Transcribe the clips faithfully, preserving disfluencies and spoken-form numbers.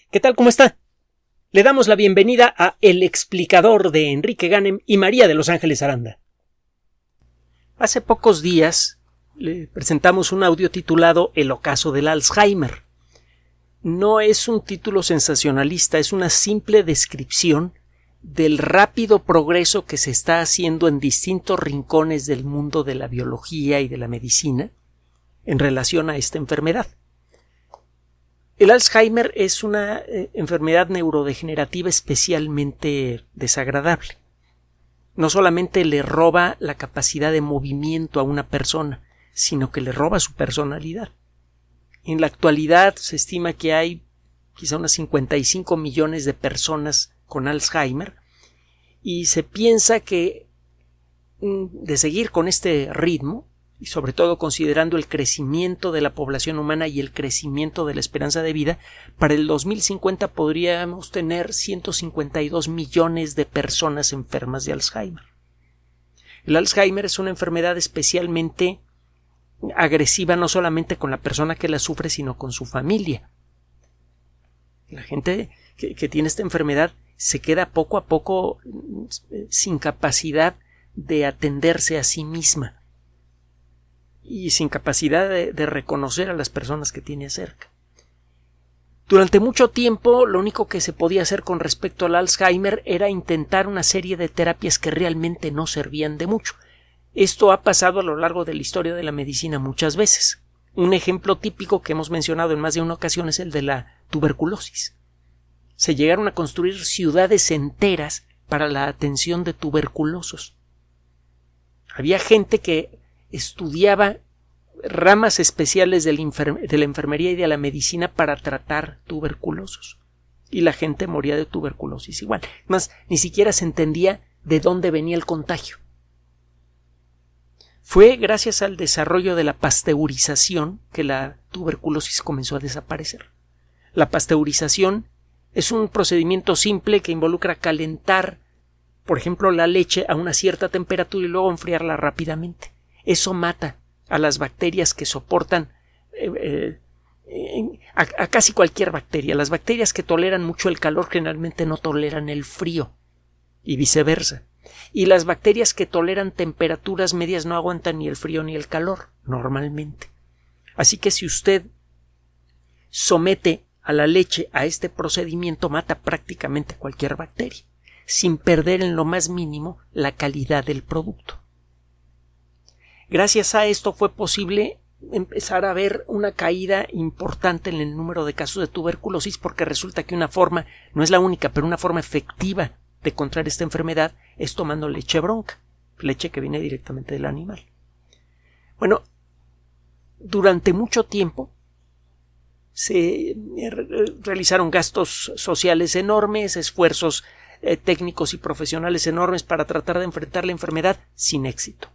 ¿Qué tal? ¿Cómo está? Le damos la bienvenida a El Explicador de Enrique Ganem y María de Los Ángeles Aranda. Hace pocos días le presentamos un audio titulado El ocaso del Alzheimer. No es un título sensacionalista, es una simple descripción del rápido progreso que se está haciendo en distintos rincones del mundo de la biología y de la medicina en relación a esta enfermedad. El Alzheimer es una eh, enfermedad neurodegenerativa especialmente desagradable. No solamente le roba la capacidad de movimiento a una persona, sino que le roba su personalidad. En la actualidad se estima que hay quizá unas cincuenta y cinco millones de personas con Alzheimer y se piensa que de seguir con este ritmo, y sobre todo considerando el crecimiento de la población humana y el crecimiento de la esperanza de vida, para el dos mil cincuenta podríamos tener ciento cincuenta y dos millones de personas enfermas de Alzheimer. El Alzheimer es una enfermedad especialmente agresiva no solamente con la persona que la sufre, sino con su familia. La gente que, que tiene esta enfermedad se queda poco a poco sin capacidad de atenderse a sí misma y sin capacidad de, de reconocer a las personas que tiene cerca. Durante mucho tiempo lo único que se podía hacer con respecto al Alzheimer era intentar una serie de terapias que realmente no servían de mucho. Esto ha pasado a lo largo de la historia de la medicina muchas veces. Un ejemplo típico que hemos mencionado en más de una ocasión es el de la tuberculosis. Se llegaron a construir ciudades enteras para la atención de tuberculosos. Había gente que estudiaba ramas especiales de la, enfer- de la enfermería y de la medicina para tratar tuberculosos. Y la gente moría de tuberculosis igual. Más, ni siquiera se entendía de dónde venía el contagio. Fue gracias al desarrollo de la pasteurización que la tuberculosis comenzó a desaparecer. La pasteurización es un procedimiento simple que involucra calentar, por ejemplo, la leche a una cierta temperatura y luego enfriarla rápidamente. Eso mata a las bacterias que soportan eh, eh, a, a casi cualquier bacteria. Las bacterias que toleran mucho el calor generalmente no toleran el frío y viceversa. Y las bacterias que toleran temperaturas medias no aguantan ni el frío ni el calor normalmente. Así que si usted somete a la leche a este procedimiento, mata prácticamente cualquier bacteria, sin perder en lo más mínimo la calidad del producto. Gracias a esto fue posible empezar a ver una caída importante en el número de casos de tuberculosis, porque resulta que una forma, no es la única, pero una forma efectiva de contraer esta enfermedad es tomando leche bronca, leche que viene directamente del animal. Bueno, durante mucho tiempo se realizaron gastos sociales enormes, esfuerzos eh, técnicos y profesionales enormes para tratar de enfrentar la enfermedad sin éxito.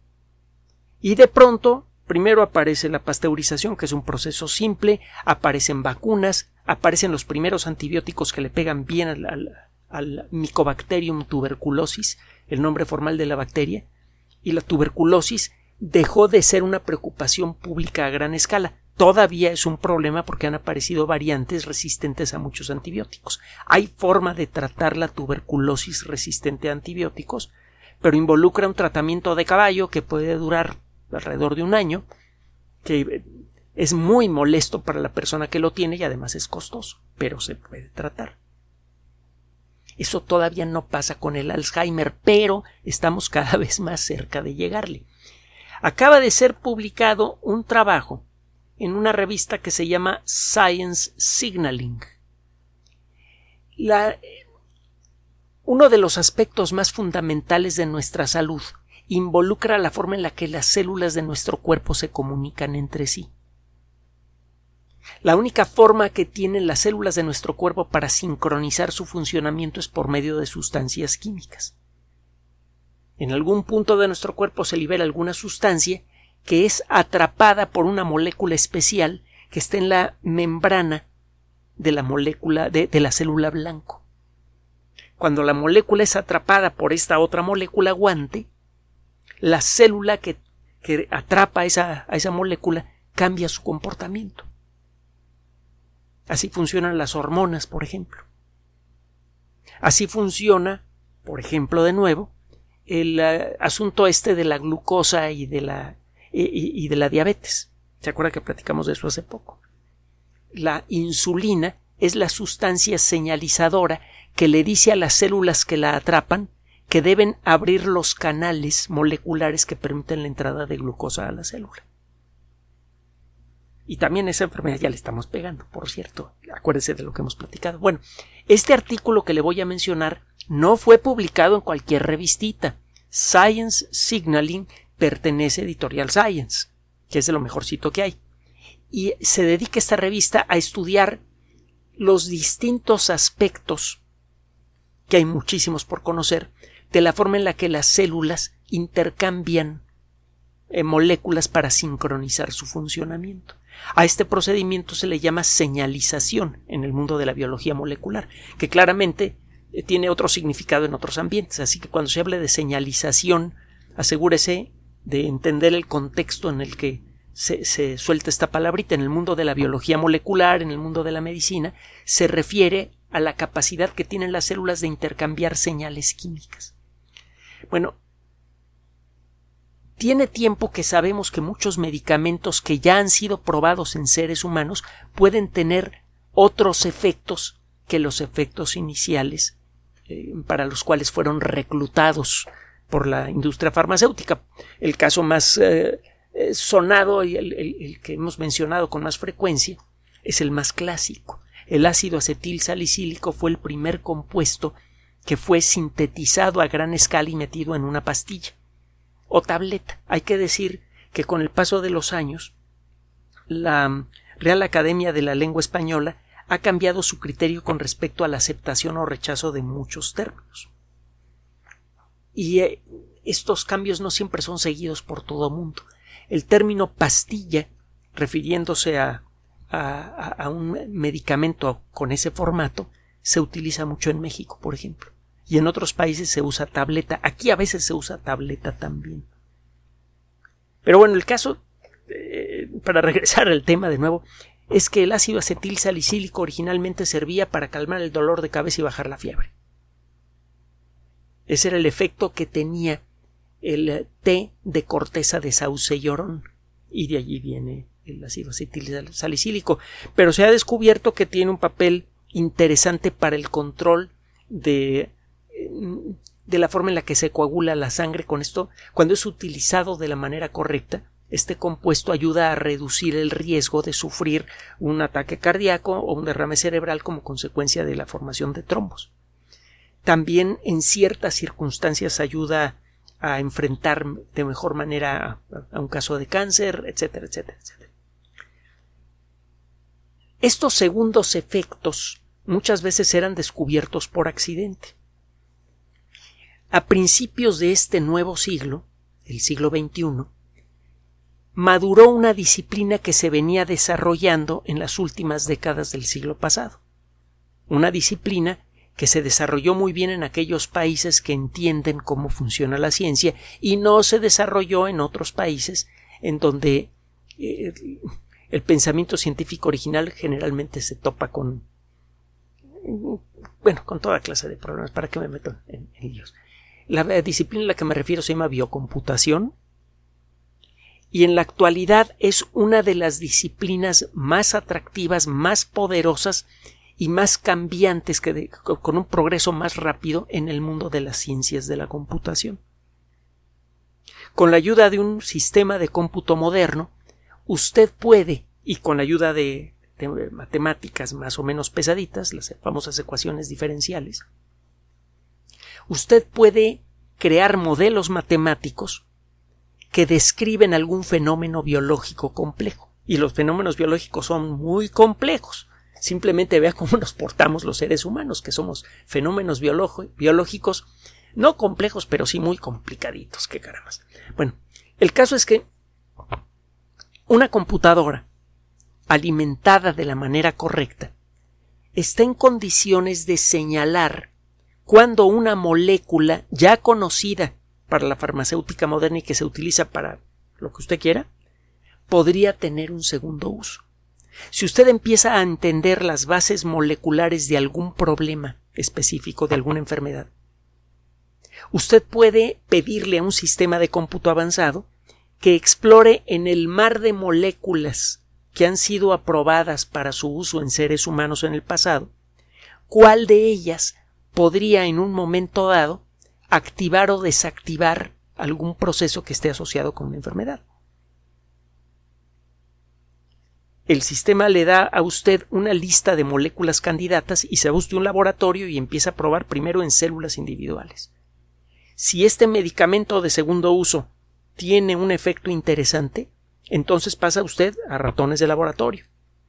Y de pronto, primero aparece la pasteurización, que es un proceso simple, aparecen vacunas, aparecen los primeros antibióticos que le pegan bien al, al, al Mycobacterium tuberculosis, el nombre formal de la bacteria, y la tuberculosis dejó de ser una preocupación pública a gran escala. Todavía es un problema porque han aparecido variantes resistentes a muchos antibióticos. Hay forma de tratar la tuberculosis resistente a antibióticos, pero involucra un tratamiento de caballo que puede durar alrededor de un año, que es muy molesto para la persona que lo tiene y además es costoso, pero se puede tratar. Eso todavía no pasa con el Alzheimer, pero estamos cada vez más cerca de llegarle. Acaba de ser publicado un trabajo en una revista que se llama Science Signaling. La, uno de los aspectos más fundamentales de nuestra salud involucra la forma en la que las células de nuestro cuerpo se comunican entre sí. La única forma que tienen las células de nuestro cuerpo para sincronizar su funcionamiento es por medio de sustancias químicas. En algún punto de nuestro cuerpo se libera alguna sustancia que es atrapada por una molécula especial que está en la membrana de la molécula de, de la célula blanco. Cuando la molécula es atrapada por esta otra molécula guante, la célula que, que atrapa a esa, a esa molécula cambia su comportamiento. Así funcionan las hormonas, por ejemplo. Así funciona, por ejemplo, de nuevo, el uh, asunto este de la glucosa y de la, y, y de la diabetes. ¿Se acuerda que platicamos de eso hace poco? La insulina es la sustancia señalizadora que le dice a las células que la atrapan que deben abrir los canales moleculares que permiten la entrada de glucosa a la célula. Y también esa enfermedad ya le estamos pegando, por cierto. Acuérdese de lo que hemos platicado. Bueno, este artículo que le voy a mencionar no fue publicado en cualquier revistita. Science Signaling pertenece a Editorial Science, que es de lo mejorcito que hay. Y se dedica esta revista a estudiar los distintos aspectos, que hay muchísimos por conocer, de la forma en la que las células intercambian eh, moléculas para sincronizar su funcionamiento. A este procedimiento se le llama señalización en el mundo de la biología molecular, que claramente eh, tiene otro significado en otros ambientes. Así que cuando se hable de señalización, asegúrese de entender el contexto en el que se, se suelta esta palabrita. En el mundo de la biología molecular, en el mundo de la medicina, se refiere a la capacidad que tienen las células de intercambiar señales químicas. Bueno, tiene tiempo que sabemos que muchos medicamentos que ya han sido probados en seres humanos pueden tener otros efectos que los efectos iniciales eh, para los cuales fueron reclutados por la industria farmacéutica. El caso más eh, sonado y el, el, el que hemos mencionado con más frecuencia es el más clásico. El ácido acetil salicílico fue el primer compuesto que fue sintetizado a gran escala y metido en una pastilla o tableta. Hay que decir que con el paso de los años la Real Academia de la Lengua Española ha cambiado su criterio con respecto a la aceptación o rechazo de muchos términos. Y eh, estos cambios no siempre son seguidos por todo el mundo. El término pastilla, refiriéndose a, a, a un medicamento con ese formato, se utiliza mucho en México, por ejemplo. Y en otros países se usa tableta. Aquí a veces se usa tableta también. Pero bueno, el caso, eh, para regresar al tema de nuevo, es que el ácido acetil salicílico originalmente servía para calmar el dolor de cabeza y bajar la fiebre. Ese era el efecto que tenía el té de corteza de sauce y orón. Y de allí viene el ácido acetil salicílico. Pero se ha descubierto que tiene un papel interesante para el control de de la forma en la que se coagula la sangre. Con esto, cuando es utilizado de la manera correcta, este compuesto ayuda a reducir el riesgo de sufrir un ataque cardíaco o un derrame cerebral como consecuencia de la formación de trombos. También en ciertas circunstancias ayuda a enfrentar de mejor manera a, a un caso de cáncer, etcétera, etcétera, etcétera. Estos segundos efectos muchas veces eran descubiertos por accidente. A principios de este nuevo siglo, el siglo veintiuno, maduró una disciplina que se venía desarrollando en las últimas décadas del siglo pasado. Una disciplina que se desarrolló muy bien en aquellos países que entienden cómo funciona la ciencia y no se desarrolló en otros países en donde eh, el pensamiento científico original generalmente se topa con, bueno, con toda clase de problemas. ¿Para qué me meto en, en ellos? La disciplina a la que me refiero se llama biocomputación y en la actualidad es una de las disciplinas más atractivas, más poderosas y más cambiantes, que de, con un progreso más rápido en el mundo de las ciencias de la computación. Con la ayuda de un sistema de cómputo moderno, usted puede, y con la ayuda de, de matemáticas más o menos pesaditas, las famosas ecuaciones diferenciales, usted puede crear modelos matemáticos que describen algún fenómeno biológico complejo. Y los fenómenos biológicos son muy complejos. Simplemente vea cómo nos portamos los seres humanos, que somos fenómenos biológicos no complejos, pero sí muy complicaditos. ¡Qué caramba! Bueno, el caso es que una computadora alimentada de la manera correcta está en condiciones de señalar cuando una molécula ya conocida para la farmacéutica moderna y que se utiliza para lo que usted quiera, podría tener un segundo uso. Si usted empieza a entender las bases moleculares de algún problema específico, de alguna enfermedad, usted puede pedirle a un sistema de cómputo avanzado que explore en el mar de moléculas que han sido aprobadas para su uso en seres humanos en el pasado, cuál de ellas podría en un momento dado activar o desactivar algún proceso que esté asociado con una enfermedad. El sistema le da a usted una lista de moléculas candidatas y se va usted a un laboratorio y empieza a probar primero en células individuales. Si este medicamento de segundo uso tiene un efecto interesante, entonces pasa usted a ratones de laboratorio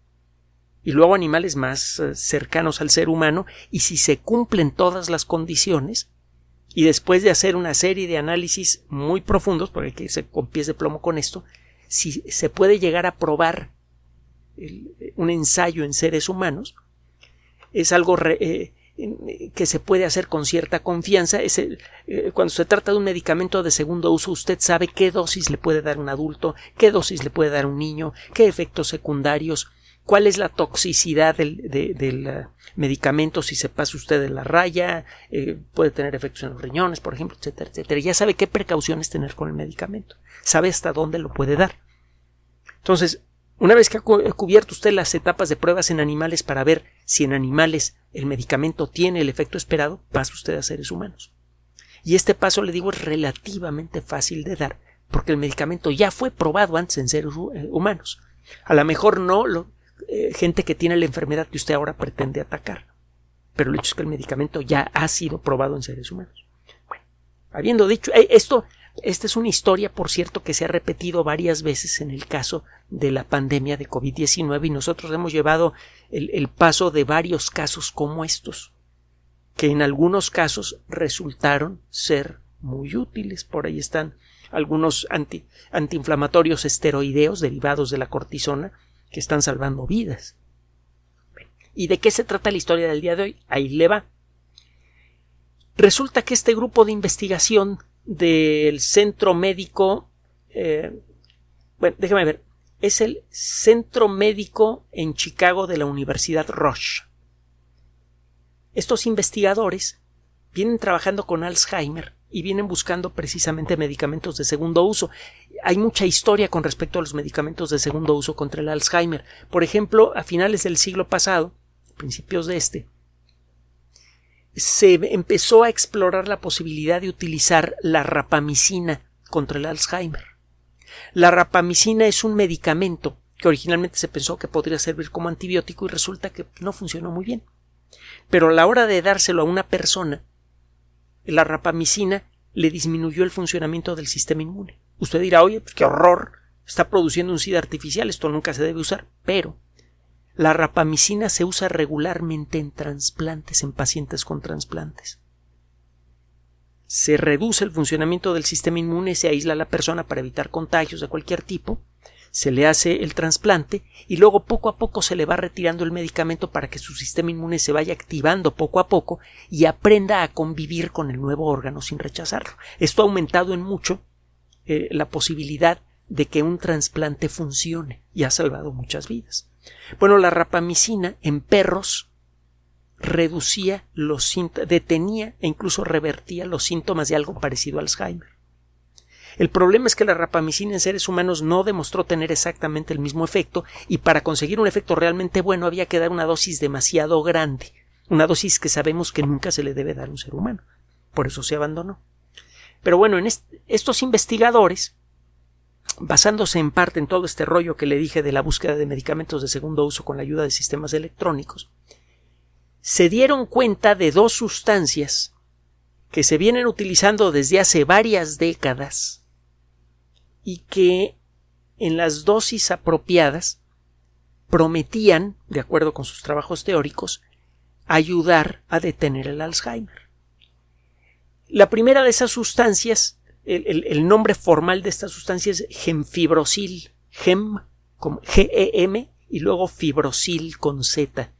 y luego a animales más cercanos al ser humano, y si se cumplen todas las condiciones, y después de hacer una serie de análisis muy profundos, porque hay que irse con pies de plomo con esto, si se puede llegar a probar el, un ensayo en seres humanos, es algo re, eh, que se puede hacer con cierta confianza. Es el, eh, cuando se trata de un medicamento de segundo uso, usted sabe qué dosis le puede dar un adulto, qué dosis le puede dar un niño, qué efectos secundarios, cuál es la toxicidad del, de, del uh, medicamento si se pasa usted de la raya, eh, puede tener efectos en los riñones, por ejemplo, etcétera, etcétera. Ya sabe qué precauciones tener con el medicamento, sabe hasta dónde lo puede dar. Entonces, una vez que ha cubierto usted las etapas de pruebas en animales para ver si en animales el medicamento tiene el efecto esperado, pasa usted a seres humanos. Y este paso, le digo, es relativamente fácil de dar, porque el medicamento ya fue probado antes en seres humanos. A lo mejor no lo Eh, gente que tiene la enfermedad que usted ahora pretende atacar, pero el hecho es que el medicamento ya ha sido probado en seres humanos. Bueno, habiendo dicho eh, esto, esta es una historia, por cierto, que se ha repetido varias veces en el caso de la pandemia de COVID diecinueve, y nosotros hemos llevado el, el paso de varios casos como estos, que en algunos casos resultaron ser muy útiles. Por ahí están algunos anti, antiinflamatorios esteroideos derivados de la cortisona que están salvando vidas. ¿Y de qué se trata la historia del día de hoy? Ahí le va. Resulta que este grupo de investigación del Centro Médico, eh, bueno, déjame ver, es el Centro Médico en Chicago de la Universidad Rush. Estos investigadores vienen trabajando con Alzheimer y vienen buscando precisamente medicamentos de segundo uso. Hay mucha historia con respecto a los medicamentos de segundo uso contra el Alzheimer. Por ejemplo, a finales del siglo pasado, principios de este, se empezó a explorar la posibilidad de utilizar la rapamicina contra el Alzheimer. La rapamicina es un medicamento que originalmente se pensó que podría servir como antibiótico y resulta que no funcionó muy bien. Pero a la hora de dárselo a una persona, la rapamicina le disminuyó el funcionamiento del sistema inmune. Usted dirá, oye, pues qué horror, está produciendo un SIDA artificial, esto nunca se debe usar, pero la rapamicina se usa regularmente en trasplantes, en pacientes con trasplantes. Se reduce el funcionamiento del sistema inmune, se aísla a la persona para evitar contagios de cualquier tipo, se le hace el trasplante y luego poco a poco se le va retirando el medicamento para que su sistema inmune se vaya activando poco a poco y aprenda a convivir con el nuevo órgano sin rechazarlo. Esto ha aumentado en mucho eh, la posibilidad de que un trasplante funcione y ha salvado muchas vidas. Bueno, la rapamicina en perros reducía los síntomas, detenía e incluso revertía los síntomas de algo parecido a Alzheimer. El problema es que la rapamicina en seres humanos no demostró tener exactamente el mismo efecto y para conseguir un efecto realmente bueno había que dar una dosis demasiado grande, una dosis que sabemos que nunca se le debe dar a un ser humano. Por eso se abandonó. Pero bueno, en est- estos investigadores, basándose en parte en todo este rollo que le dije de la búsqueda de medicamentos de segundo uso con la ayuda de sistemas electrónicos, se dieron cuenta de dos sustancias que se vienen utilizando desde hace varias décadas y que en las dosis apropiadas prometían, de acuerdo con sus trabajos teóricos, ayudar a detener el Alzheimer. La primera de esas sustancias, el, el, el nombre formal de esta sustancia es gemfibrosil, gem, como G E M y luego fibrosil con Z.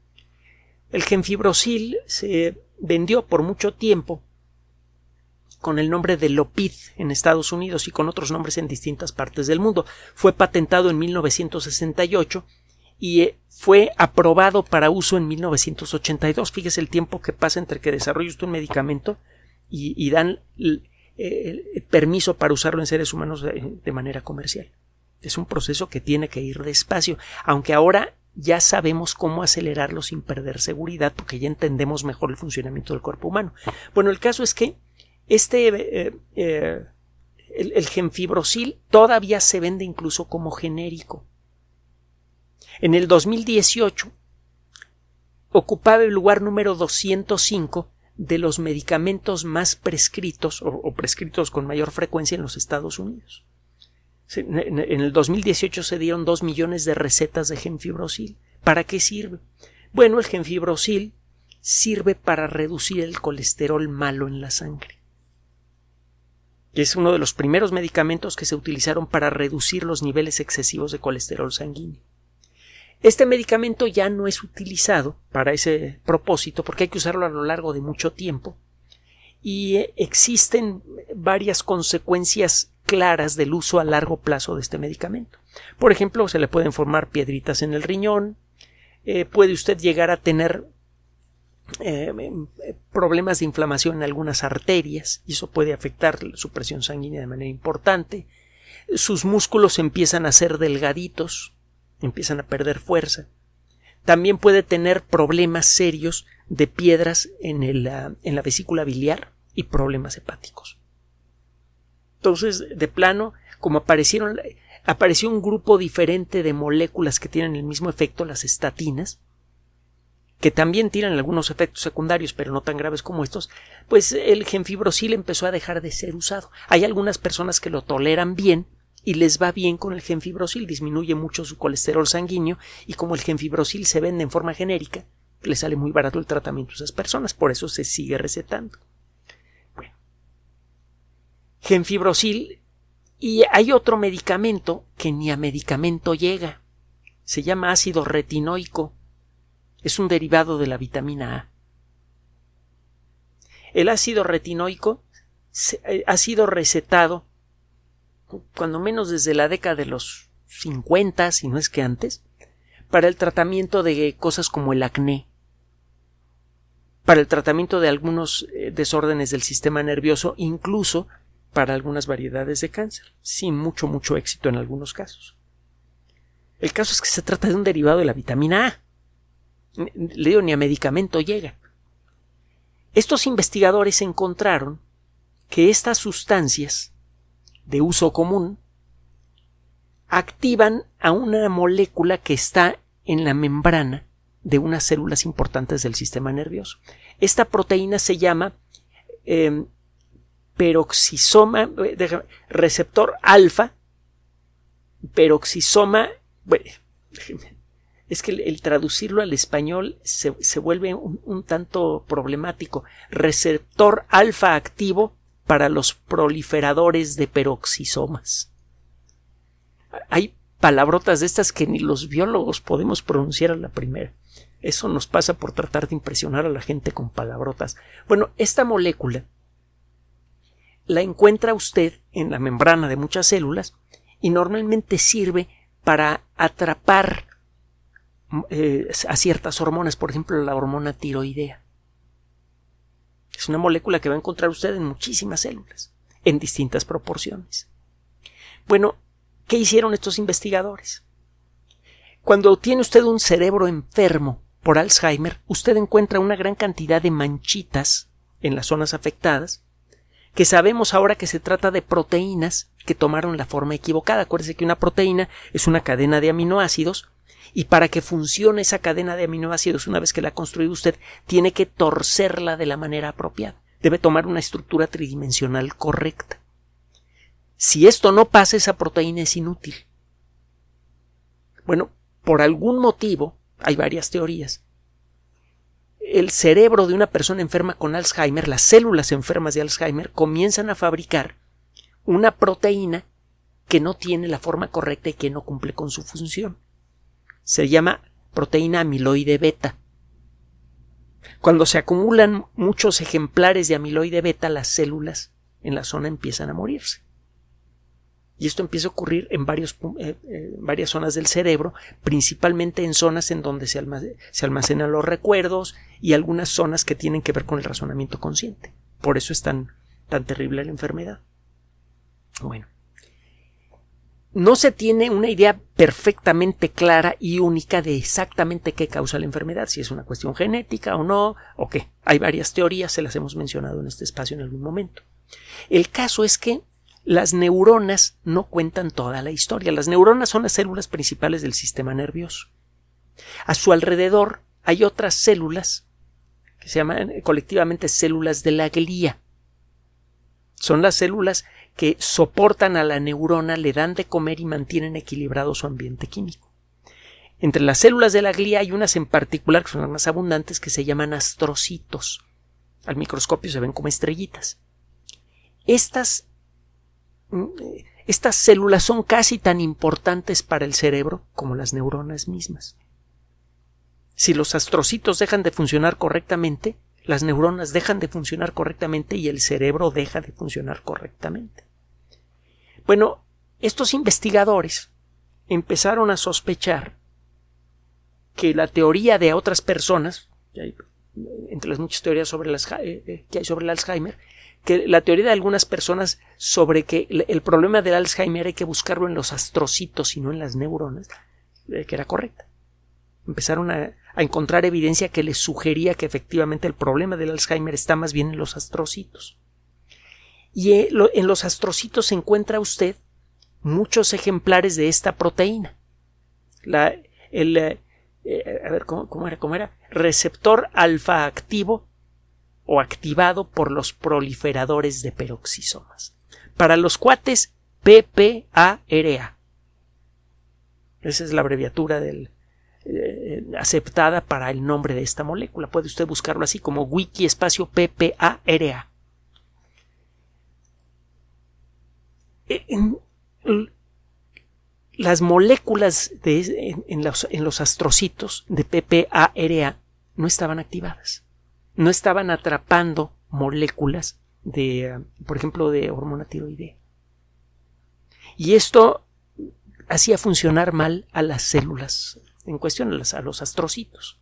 El gemfibrosil se vendió por mucho tiempo con el nombre de Lopid en Estados Unidos y con otros nombres en distintas partes del mundo. Fue patentado en mil novecientos sesenta y ocho y eh, fue aprobado para uso en mil novecientos ochenta y dos. Fíjese el tiempo que pasa entre que desarrolla usted un medicamento y, y dan el, el, el permiso para usarlo en seres humanos de, de manera comercial. Es un proceso que tiene que ir despacio, aunque ahora ya sabemos cómo acelerarlo sin perder seguridad, porque ya entendemos mejor el funcionamiento del cuerpo humano. Bueno, el caso es que este eh, eh, el, el gemfibrocil todavía se vende incluso como genérico. En el dos mil dieciocho ocupaba el lugar número doscientos cinco de los medicamentos más prescritos o, o prescritos con mayor frecuencia en los Estados Unidos. En el dos mil dieciocho se dieron dos millones de recetas de gemfibrocil. ¿Para qué sirve? Bueno, el gemfibrocil sirve para reducir el colesterol malo en la sangre. Es uno de los primeros medicamentos que se utilizaron para reducir los niveles excesivos de colesterol sanguíneo. Este medicamento ya no es utilizado para ese propósito porque hay que usarlo a lo largo de mucho tiempo y existen varias consecuencias claras del uso a largo plazo de este medicamento. Por ejemplo, se le pueden formar piedritas en el riñón, eh, puede usted llegar a tener eh, problemas de inflamación en algunas arterias y eso puede afectar su presión sanguínea de manera importante. Sus músculos empiezan a ser delgaditos, empiezan a perder fuerza. También puede tener problemas serios de piedras en, el, en la vesícula biliar y problemas hepáticos. Entonces, de plano, como aparecieron, apareció un grupo diferente de moléculas que tienen el mismo efecto, las estatinas, que también tienen algunos efectos secundarios, pero no tan graves como estos, pues el gemfibrocil empezó a dejar de ser usado. Hay algunas personas que lo toleran bien y les va bien con el gemfibrocil, disminuye mucho su colesterol sanguíneo y como el gemfibrocil se vende en forma genérica, le sale muy barato el tratamiento a esas personas, por eso se sigue recetando. Gemfibrocil, y hay otro medicamento que ni a medicamento llega. Se llama ácido retinoico. Es un derivado de la vitamina A. El ácido retinoico ha sido recetado cuando menos desde la década de los cincuenta, si no es que antes, para el tratamiento de cosas como el acné, para el tratamiento de algunos desórdenes del sistema nervioso, incluso para algunas variedades de cáncer, sin mucho, mucho éxito en algunos casos. El caso es que se trata de un derivado de la vitamina A. Le digo, ni a medicamento llega. Estos investigadores encontraron que estas sustancias de uso común activan a una molécula que está en la membrana de unas células importantes del sistema nervioso. Esta proteína se llama eh, peroxisoma, déjame, receptor alfa, peroxisoma, bueno, es que el, el traducirlo al español se, se vuelve un, un tanto problemático. Receptor alfa activo para los proliferadores de peroxisomas. Hay palabrotas de estas que ni los biólogos podemos pronunciar a la primera. Eso nos pasa por tratar de impresionar a la gente con palabrotas. Bueno, esta molécula la encuentra usted en la membrana de muchas células y normalmente sirve para atrapar eh, a ciertas hormonas, por ejemplo la hormona tiroidea. Es una molécula que va a encontrar usted en muchísimas células, en distintas proporciones. Bueno, ¿qué hicieron estos investigadores? Cuando tiene usted un cerebro enfermo por Alzheimer, usted encuentra una gran cantidad de manchitas en las zonas afectadas, que sabemos ahora que se trata de proteínas que tomaron la forma equivocada. Acuérdese que una proteína es una cadena de aminoácidos y para que funcione esa cadena de aminoácidos una vez que la ha construido usted, tiene que torcerla de la manera apropiada. Debe tomar una estructura tridimensional correcta. Si esto no pasa, esa proteína es inútil. Bueno, por algún motivo, hay varias teorías, el cerebro de una persona enferma con Alzheimer, las células enfermas de Alzheimer, comienzan a fabricar una proteína que no tiene la forma correcta y que no cumple con su función. Se llama proteína amiloide beta. Cuando se acumulan muchos ejemplares de amiloide beta, las células en la zona empiezan a morirse. Y esto empieza a ocurrir en varios, eh, eh, varias zonas del cerebro, principalmente en zonas en donde se, almac- se almacenan los recuerdos y algunas zonas que tienen que ver con el razonamiento consciente. Por eso es tan, tan terrible la enfermedad. Bueno, no se tiene una idea perfectamente clara y única de exactamente qué causa la enfermedad, si es una cuestión genética o no, o qué. Hay varias teorías, se las hemos mencionado en este espacio en algún momento. El caso es que las neuronas no cuentan toda la historia. Las neuronas son las células principales del sistema nervioso. A su alrededor hay otras células que se llaman colectivamente células de la glía. Son las células que soportan a la neurona, le dan de comer y mantienen equilibrado su ambiente químico. Entre las células de la glía hay unas en particular, que son las más abundantes, que se llaman astrocitos. Al microscopio se ven como estrellitas. Estas Estas células son casi tan importantes para el cerebro como las neuronas mismas. Si los astrocitos dejan de funcionar correctamente, las neuronas dejan de funcionar correctamente y el cerebro deja de funcionar correctamente. Bueno, estos investigadores empezaron a sospechar que la teoría de otras personas, entre las muchas teorías sobre las, eh, que hay sobre el Alzheimer, que la teoría de algunas personas sobre que el problema del Alzheimer hay que buscarlo en los astrocitos y no en las neuronas, que era correcta. Empezaron a, a encontrar evidencia que les sugería que efectivamente el problema del Alzheimer está más bien en los astrocitos. Y en los astrocitos se encuentra usted muchos ejemplares de esta proteína. La, el, eh, a ver, ¿cómo, cómo era? ¿Cómo era? Receptor alfa activo o activado por los proliferadores de peroxisomas. Para los cuates, P P A R A. Esa es la abreviatura del, eh, aceptada para el nombre de esta molécula. Puede usted buscarlo así como wiki espacio P P A R A. En, en, las moléculas de, en, en, los, en los astrocitos de P P A R A no estaban activadas. No estaban atrapando moléculas de, por ejemplo, de hormona tiroidea. Y esto hacía funcionar mal a las células en cuestión, a, las, a los astrocitos.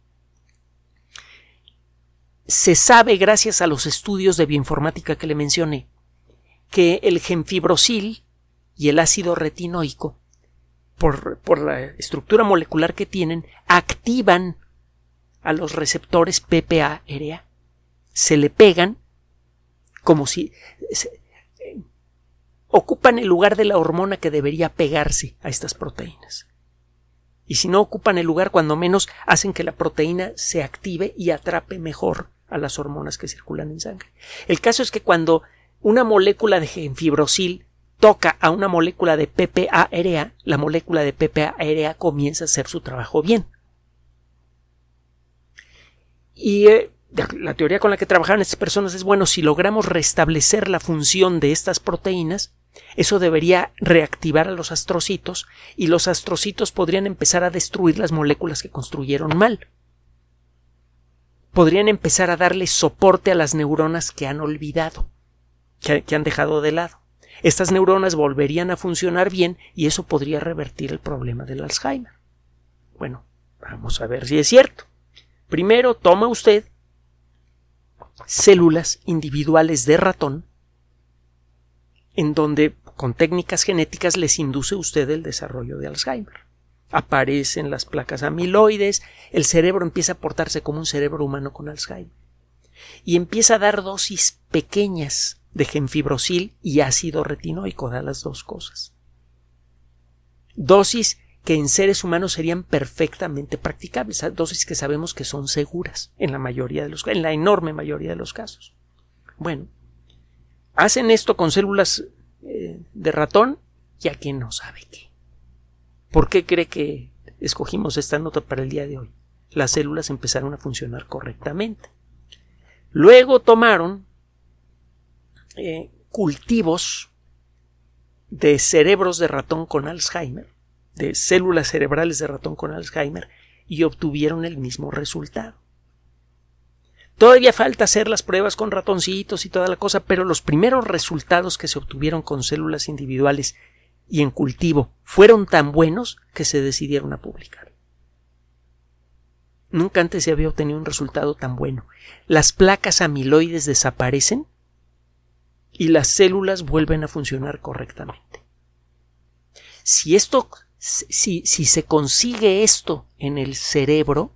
Se sabe, gracias a los estudios de bioinformática que le mencioné, que el gemfibrosil y el ácido retinoico, por, por la estructura molecular que tienen, activan a los receptores P P A R A. Se le pegan como si se, eh, ocupan el lugar de la hormona que debería pegarse a estas proteínas. Y si no ocupan el lugar, cuando menos hacen que la proteína se active y atrape mejor a las hormonas que circulan en sangre. El caso es que cuando una molécula de gemfibrosil toca a una molécula de P P A R A, la molécula de P P A R A comienza a hacer su trabajo bien. Y eh, la teoría con la que trabajaron estas personas es, bueno, si logramos restablecer la función de estas proteínas, eso debería reactivar a los astrocitos y los astrocitos podrían empezar a destruir las moléculas que construyeron mal. Podrían empezar a darle soporte a las neuronas que han olvidado, que, que han dejado de lado. Estas neuronas volverían a funcionar bien y eso podría revertir el problema del Alzheimer. Bueno, vamos a ver si es cierto. Primero, toma usted células individuales de ratón en donde con técnicas genéticas les induce usted el desarrollo de Alzheimer. Aparecen las placas amiloides, el cerebro empieza a portarse como un cerebro humano con Alzheimer y empieza a dar dosis pequeñas de gemfibrosil y ácido retinoico, da las dos cosas. Dosis que en seres humanos serían perfectamente practicables, dosis que sabemos que son seguras en la mayoría de los en la enorme mayoría de los casos. Bueno, hacen esto con células eh, de ratón y aquí no sabe qué. ¿Por qué cree que escogimos esta nota para el día de hoy? Las células empezaron a funcionar correctamente. Luego tomaron eh, cultivos de cerebros de ratón con Alzheimer, de células cerebrales de ratón con Alzheimer, y obtuvieron el mismo resultado. Todavía falta hacer las pruebas con ratoncitos y toda la cosa, pero los primeros resultados que se obtuvieron con células individuales y en cultivo fueron tan buenos que se decidieron a publicar. Nunca antes se había obtenido un resultado tan bueno. Las placas amiloides desaparecen y las células vuelven a funcionar correctamente. Si esto, si, si se consigue esto en el cerebro,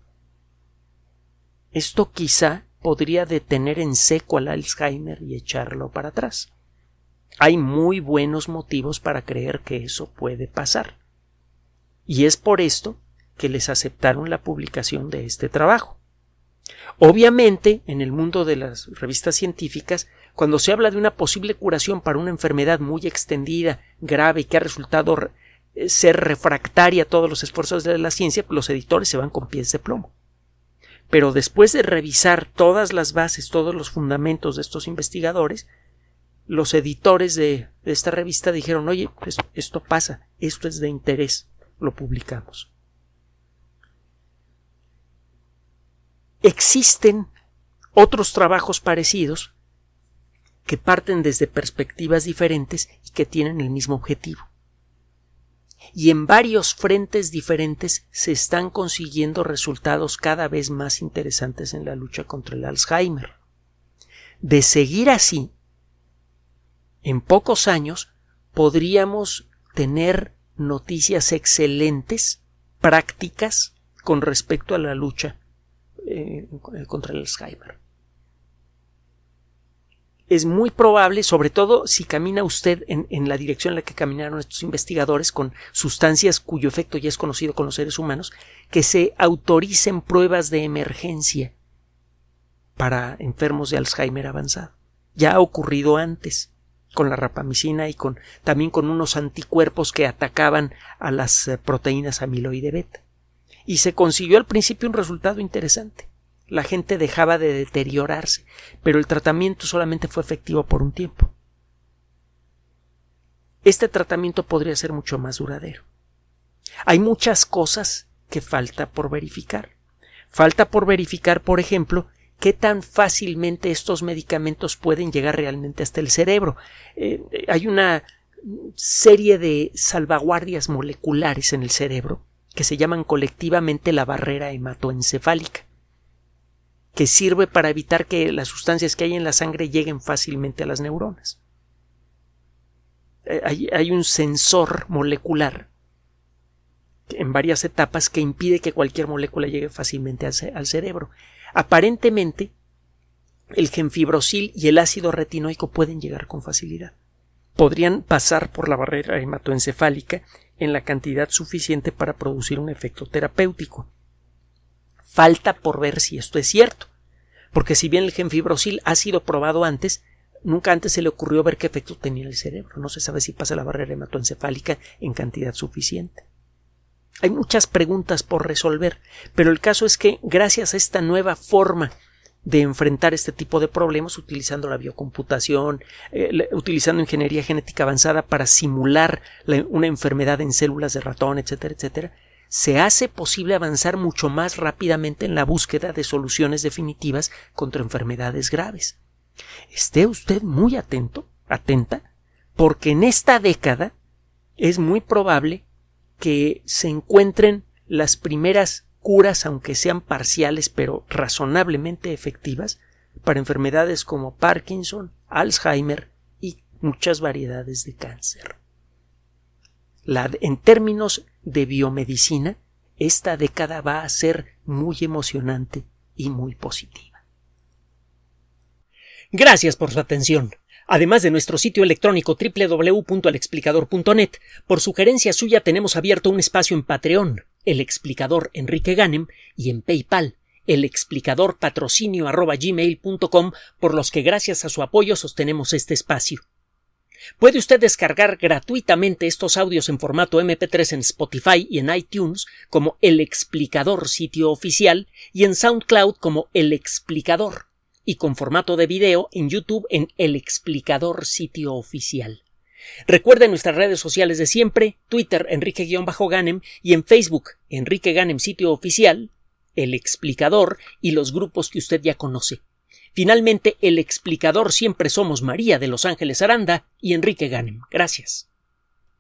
esto quizá podría detener en seco al Alzheimer y echarlo para atrás. Hay muy buenos motivos para creer que eso puede pasar. Y es por esto que les aceptaron la publicación de este trabajo. Obviamente, en el mundo de las revistas científicas, cuando se habla de una posible curación para una enfermedad muy extendida, grave y que ha resultado ser refractaria a todos los esfuerzos de la ciencia, los editores se van con pies de plomo. Pero después de revisar todas las bases, todos los fundamentos de estos investigadores, los editores de, de esta revista dijeron: oye, pues esto pasa, esto es de interés, lo publicamos. Existen otros trabajos parecidos que parten desde perspectivas diferentes y que tienen el mismo objetivo. Y en varios frentes diferentes se están consiguiendo resultados cada vez más interesantes en la lucha contra el Alzheimer. De seguir así, en pocos años podríamos tener noticias excelentes, prácticas, con respecto a la lucha eh, contra el Alzheimer. Es muy probable, sobre todo si camina usted en, en la dirección en la que caminaron estos investigadores, con sustancias cuyo efecto ya es conocido con los seres humanos, que se autoricen pruebas de emergencia para enfermos de Alzheimer avanzado. Ya ha ocurrido antes con la rapamicina y con, también con unos anticuerpos que atacaban a las proteínas amiloide beta. Y se consiguió al principio un resultado interesante. La gente dejaba de deteriorarse, pero el tratamiento solamente fue efectivo por un tiempo. Este tratamiento podría ser mucho más duradero. Hay muchas cosas que falta por verificar. Falta por verificar, por ejemplo, qué tan fácilmente estos medicamentos pueden llegar realmente hasta el cerebro. Eh, hay una serie de salvaguardias moleculares en el cerebro que se llaman colectivamente la barrera hematoencefálica, que sirve para evitar que las sustancias que hay en la sangre lleguen fácilmente a las neuronas. Hay, hay un sensor molecular en varias etapas que impide que cualquier molécula llegue fácilmente al, al cerebro. Aparentemente, el gemfibrosil y el ácido retinoico pueden llegar con facilidad. Podrían pasar por la barrera hematoencefálica en la cantidad suficiente para producir un efecto terapéutico. Falta por ver si esto es cierto, porque si bien el gemfibrosil ha sido probado antes, nunca antes se le ocurrió ver qué efecto tenía en el cerebro. No se sabe si pasa la barrera hematoencefálica en cantidad suficiente. Hay muchas preguntas por resolver, pero el caso es que gracias a esta nueva forma de enfrentar este tipo de problemas, utilizando la biocomputación, eh, utilizando ingeniería genética avanzada para simular la, una enfermedad en células de ratón, etcétera, etcétera, se hace posible avanzar mucho más rápidamente en la búsqueda de soluciones definitivas contra enfermedades graves. Esté usted muy atento, atenta, porque en esta década es muy probable que se encuentren las primeras curas, aunque sean parciales, pero razonablemente efectivas, para enfermedades como Parkinson, Alzheimer y muchas variedades de cáncer. La, en términos de biomedicina, esta década va a ser muy emocionante y muy positiva. Gracias por su atención. Además de nuestro sitio electrónico doble u doble u doble u punto el explicador punto net, por sugerencia suya tenemos abierto un espacio en Patreon, El Explicador Enrique Ganem, y en PayPal, el explicador patrocinio arroba gmail punto com, por los que gracias a su apoyo sostenemos este espacio. Puede usted descargar gratuitamente estos audios en formato eme pe tres en Spotify y en iTunes como El Explicador Sitio Oficial y en SoundCloud como El Explicador, y con formato de video en YouTube en El Explicador Sitio Oficial. Recuerde nuestras redes sociales de siempre, Twitter Enrique-Ganem y en Facebook Enrique Ganem Sitio Oficial, El Explicador y los grupos que usted ya conoce. Finalmente, El Explicador siempre somos María de Los Ángeles Aranda y Enrique Ganem. Gracias.